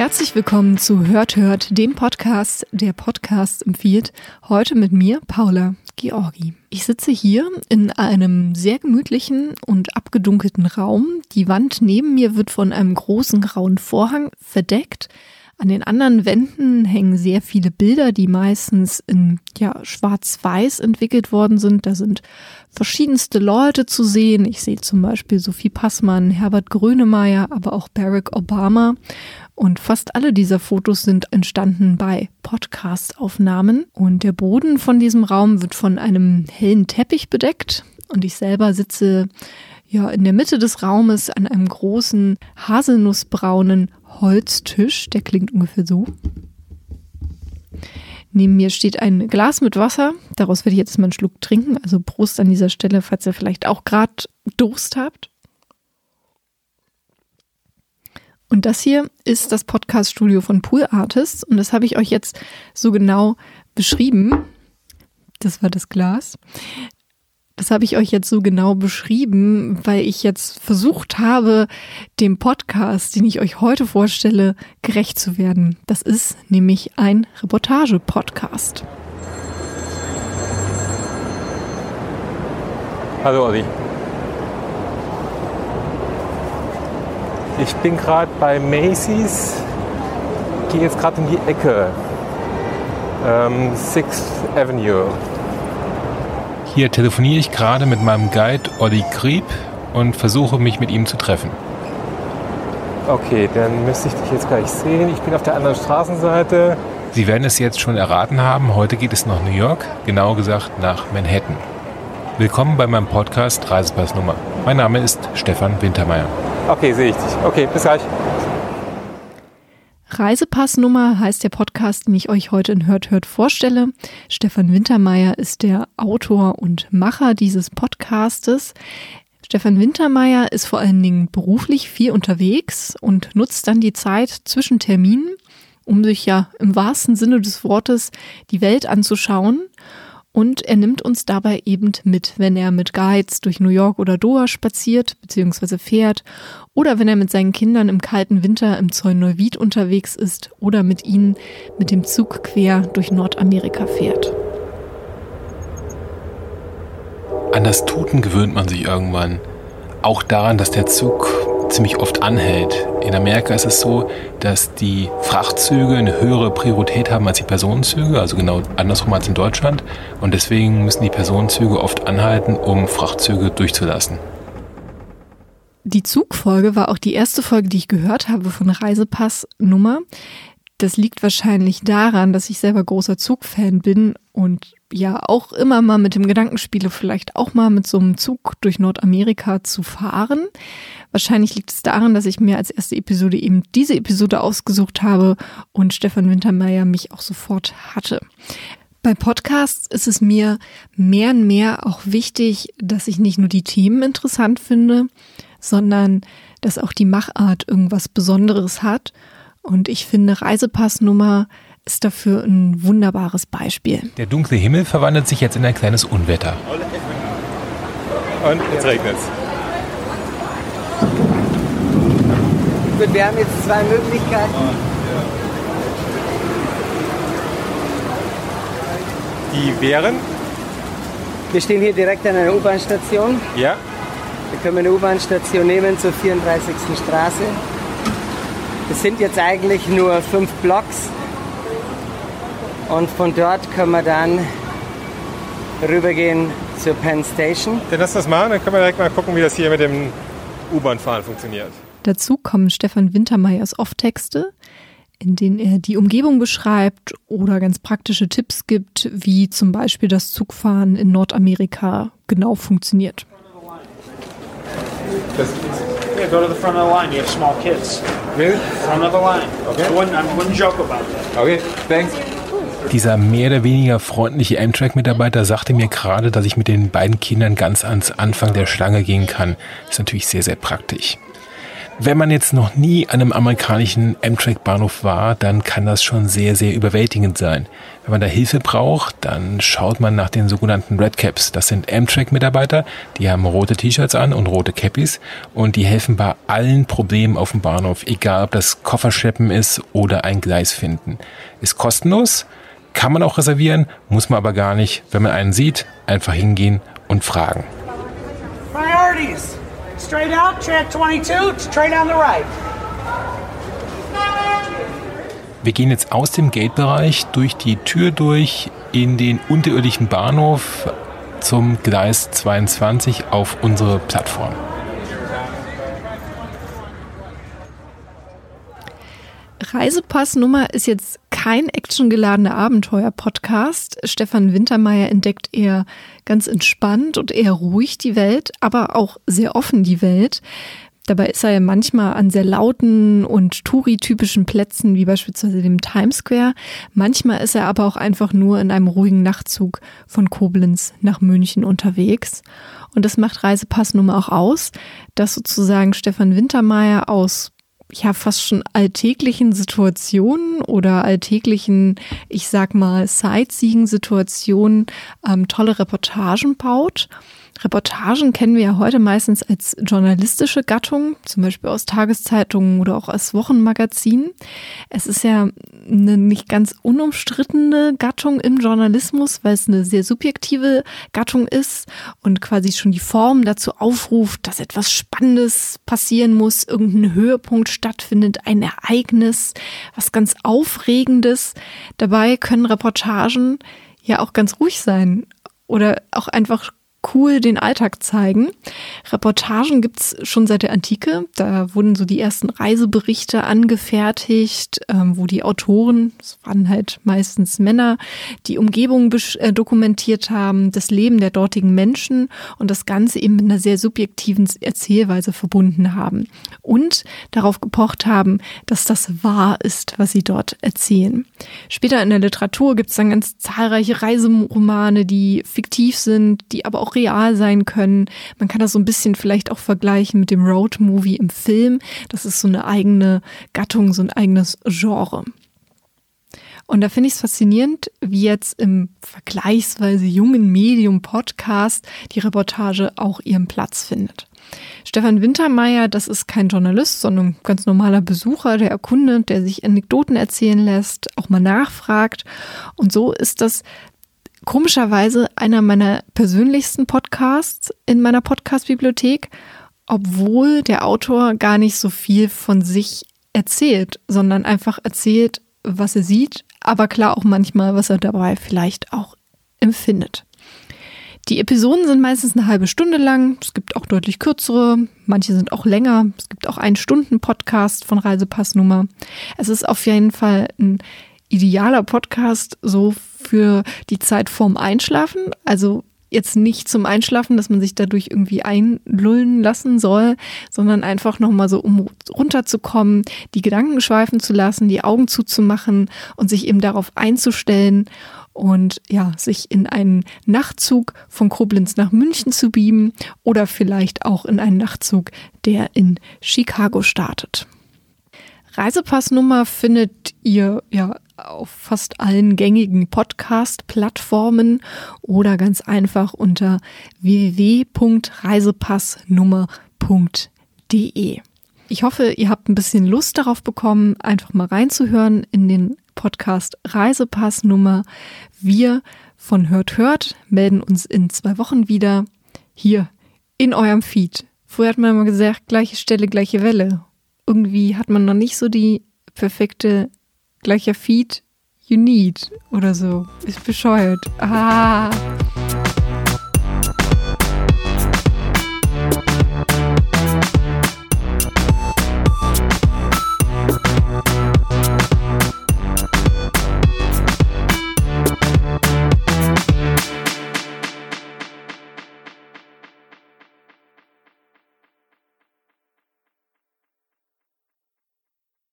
Herzlich willkommen zu Hört, dem Podcast, der Podcast empfiehlt. Heute mit mir, Paula Georgi. Ich sitze hier in einem sehr gemütlichen und abgedunkelten Raum. Die Wand neben mir wird von einem großen grauen Vorhang verdeckt. An den anderen Wänden hängen sehr viele Bilder, die meistens in schwarz-weiß entwickelt worden sind. Da sind verschiedenste Leute zu sehen. Ich sehe zum Beispiel Sophie Passmann, Herbert Grönemeyer, aber auch Barack Obama. Und fast alle dieser Fotos sind entstanden bei Podcast-Aufnahmen. Und der Boden von diesem Raum wird von einem hellen Teppich bedeckt. Und ich selber sitze in der Mitte des Raumes an einem großen haselnussbraunen Holztisch. Der klingt ungefähr so. Neben mir steht ein Glas mit Wasser. Daraus werde ich jetzt mal einen Schluck trinken. Also Prost an dieser Stelle, falls ihr vielleicht auch gerade Durst habt. Und das hier ist das Podcast-Studio von Pool Artists. Und das habe ich euch jetzt so genau beschrieben. Das war das Glas. Das habe ich euch jetzt so genau beschrieben, weil ich jetzt versucht habe, dem Podcast, den ich euch heute vorstelle, gerecht zu werden. Das ist nämlich ein Reportage-Podcast. Hallo Olli. Ich bin gerade bei Macy's, gehe jetzt gerade um die Ecke, 6th Avenue. Hier telefoniere ich gerade mit meinem Guide Olli Krieb und versuche mich mit ihm zu treffen. Okay, dann müsste ich dich jetzt gleich sehen. Ich bin auf der anderen Straßenseite. Sie werden es jetzt schon erraten haben, heute geht es nach New York, genauer gesagt nach Manhattan. Willkommen bei meinem Podcast Reisepassnummer. Mein Name ist Stefan Wintermeyer. Okay, sehe ich dich. Okay, bis gleich. Reisepassnummer heißt der Podcast, den ich euch heute in Hört vorstelle. Stefan Wintermeyer ist der Autor und Macher dieses Podcastes. Stefan Wintermeyer ist vor allen Dingen beruflich viel unterwegs und nutzt dann die Zeit zwischen Terminen, um sich im wahrsten Sinne des Wortes die Welt anzuschauen. Und er nimmt uns dabei eben mit, wenn er mit Guides durch New York oder Doha spaziert bzw. fährt oder wenn er mit seinen Kindern im kalten Winter im Zoll Neuwied unterwegs ist oder mit ihnen mit dem Zug quer durch Nordamerika fährt. An das Tuten gewöhnt man sich irgendwann. Auch daran, dass der Zug ziemlich oft anhält. In Amerika ist es so, dass die Frachtzüge eine höhere Priorität haben als die Personenzüge, also genau andersrum als in Deutschland. Und deswegen müssen die Personenzüge oft anhalten, um Frachtzüge durchzulassen. Die Zugfolge war auch die erste Folge, die ich gehört habe von Reisepassnummer. Das liegt wahrscheinlich daran, dass ich selber großer Zugfan bin und auch immer mal mit dem Gedanken spiele, vielleicht auch mal mit so einem Zug durch Nordamerika zu fahren. Wahrscheinlich liegt es daran, dass ich mir als erste Episode eben diese Episode ausgesucht habe und Stefan Wintermeyer mich auch sofort hatte. Bei Podcasts ist es mir mehr und mehr auch wichtig, dass ich nicht nur die Themen interessant finde, sondern dass auch die Machart irgendwas Besonderes hat. Und ich finde, Reisepassnummer ist dafür ein wunderbares Beispiel. Der dunkle Himmel verwandelt sich jetzt in ein kleines Unwetter. Und jetzt regnet es. Gut, wir haben jetzt zwei Möglichkeiten. Die wären? Wir stehen hier direkt an einer U-Bahn-Station. Ja. Wir können eine U-Bahn-Station nehmen zur 34. Straße. Es sind jetzt eigentlich nur 5 Blocks. Und von dort können wir dann rübergehen zur Penn Station. Dann lass das machen, dann können wir direkt mal gucken, wie das hier mit dem U-Bahn-Fahren funktioniert. Dazu kommen Stefan Wintermeyers Off-Texte, in denen er die Umgebung beschreibt oder ganz praktische Tipps gibt, wie zum Beispiel das Zugfahren in Nordamerika genau funktioniert. Yeah, go to the front of the line. You have small kids. Really? Front of the line. Okay. I wouldn't joke about that. Okay, thanks. Dieser mehr oder weniger freundliche Amtrak-Mitarbeiter sagte mir gerade, dass ich mit den beiden Kindern ganz ans Anfang der Schlange gehen kann. Das ist natürlich sehr, sehr praktisch. Wenn man jetzt noch nie an einem amerikanischen Amtrak-Bahnhof war, dann kann das schon sehr, sehr überwältigend sein. Wenn man da Hilfe braucht, dann schaut man nach den sogenannten Red Caps. Das sind Amtrak-Mitarbeiter, die haben rote T-Shirts an und rote Cappies und die helfen bei allen Problemen auf dem Bahnhof, egal ob das Kofferschleppen ist oder ein Gleis finden. Ist kostenlos, kann man auch reservieren, muss man aber gar nicht. Wenn man einen sieht, einfach hingehen und fragen. Priorities. Straight out, track 22, straight on the right. Wir gehen jetzt aus dem Gate-Bereich durch die Tür durch in den unterirdischen Bahnhof zum Gleis 22 auf unsere Plattform. Reisepassnummer ist jetzt kein actiongeladener Abenteuer-Podcast. Stefan Wintermeyer entdeckt eher ganz entspannt und eher ruhig die Welt, aber auch sehr offen die Welt. Dabei ist er ja manchmal an sehr lauten und Touri-typischen Plätzen, wie beispielsweise dem Times Square. Manchmal ist er aber auch einfach nur in einem ruhigen Nachtzug von Koblenz nach München unterwegs. Und das macht Reisepassnummer auch aus, dass sozusagen Stefan Wintermeyer aus fast schon alltäglichen Situationen oder alltäglichen, ich sag mal, Sightseeing-Situationen tolle Reportagen baut. Reportagen kennen wir ja heute meistens als journalistische Gattung, zum Beispiel aus Tageszeitungen oder auch aus Wochenmagazinen. Es ist ja eine nicht ganz unumstrittene Gattung im Journalismus, weil es eine sehr subjektive Gattung ist und quasi schon die Form dazu aufruft, dass etwas Spannendes passieren muss, irgendein Höhepunkt stattfindet, ein Ereignis, was ganz Aufregendes. Dabei können Reportagen ja auch ganz ruhig sein oder auch einfach cool den Alltag zeigen. Reportagen gibt's schon seit der Antike. Da wurden so die ersten Reiseberichte angefertigt, wo die Autoren, das waren halt meistens Männer, die Umgebung dokumentiert haben, das Leben der dortigen Menschen und das Ganze eben mit einer sehr subjektiven Erzählweise verbunden haben und darauf gepocht haben, dass das wahr ist, was sie dort erzählen. Später in der Literatur gibt's dann ganz zahlreiche Reiseromane, die fiktiv sind, die aber auch real sein können. Man kann das so ein bisschen vielleicht auch vergleichen mit dem Roadmovie im Film. Das ist so eine eigene Gattung, so ein eigenes Genre. Und da finde ich es faszinierend, wie jetzt im vergleichsweise jungen Medium-Podcast die Reportage auch ihren Platz findet. Stefan Wintermeyer, das ist kein Journalist, sondern ein ganz normaler Besucher, der erkundet, der sich Anekdoten erzählen lässt, auch mal nachfragt. Und so ist das komischerweise einer meiner persönlichsten Podcasts in meiner Podcast-Bibliothek, obwohl der Autor gar nicht so viel von sich erzählt, sondern einfach erzählt, was er sieht, aber klar auch manchmal, was er dabei vielleicht auch empfindet. Die Episoden sind meistens eine halbe Stunde lang, es gibt auch deutlich kürzere, manche sind auch länger, es gibt auch 1-Stunden-Podcast von Reisepassnummer. Es ist auf jeden Fall ein idealer Podcast so für die Zeit vorm Einschlafen, also jetzt nicht zum Einschlafen, dass man sich dadurch irgendwie einlullen lassen soll, sondern einfach nochmal so, um runterzukommen, die Gedanken schweifen zu lassen, die Augen zuzumachen und sich eben darauf einzustellen und ja, sich in einen Nachtzug von Koblenz nach München zu beamen oder vielleicht auch in einen Nachtzug, der in Chicago startet. Reisepassnummer findet ihr ja auf fast allen gängigen Podcast-Plattformen oder ganz einfach unter www.reisepassnummer.de. Ich hoffe, ihr habt ein bisschen Lust darauf bekommen, einfach mal reinzuhören in den Podcast Reisepassnummer. Wir von Hört melden uns in 2 Wochen wieder hier in eurem Feed. Früher hat man immer gesagt, gleiche Stelle, gleiche Welle. Irgendwie hat man noch nicht so die perfekte gleicher Feed you need oder so. Ist bescheuert.